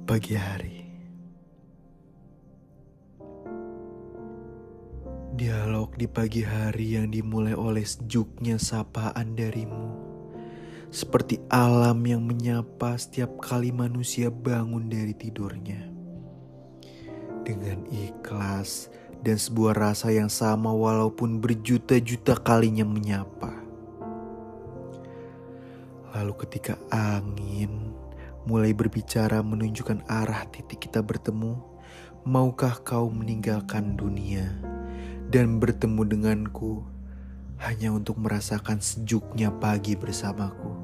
Pagi hari. Dialog di pagi hari yang dimulai oleh sejuknya sapaan darimu, seperti alam yang menyapa setiap kali manusia bangun dari tidurnya. Dengan ikhlas dan sebuah rasa yang sama walaupun berjuta-juta kalinya menyapa. Lalu ketika angin mulai berbicara menunjukkan arah titik kita bertemu, maukah kau meninggalkan dunia dan bertemu denganku hanya untuk merasakan sejuknya pagi bersamaku?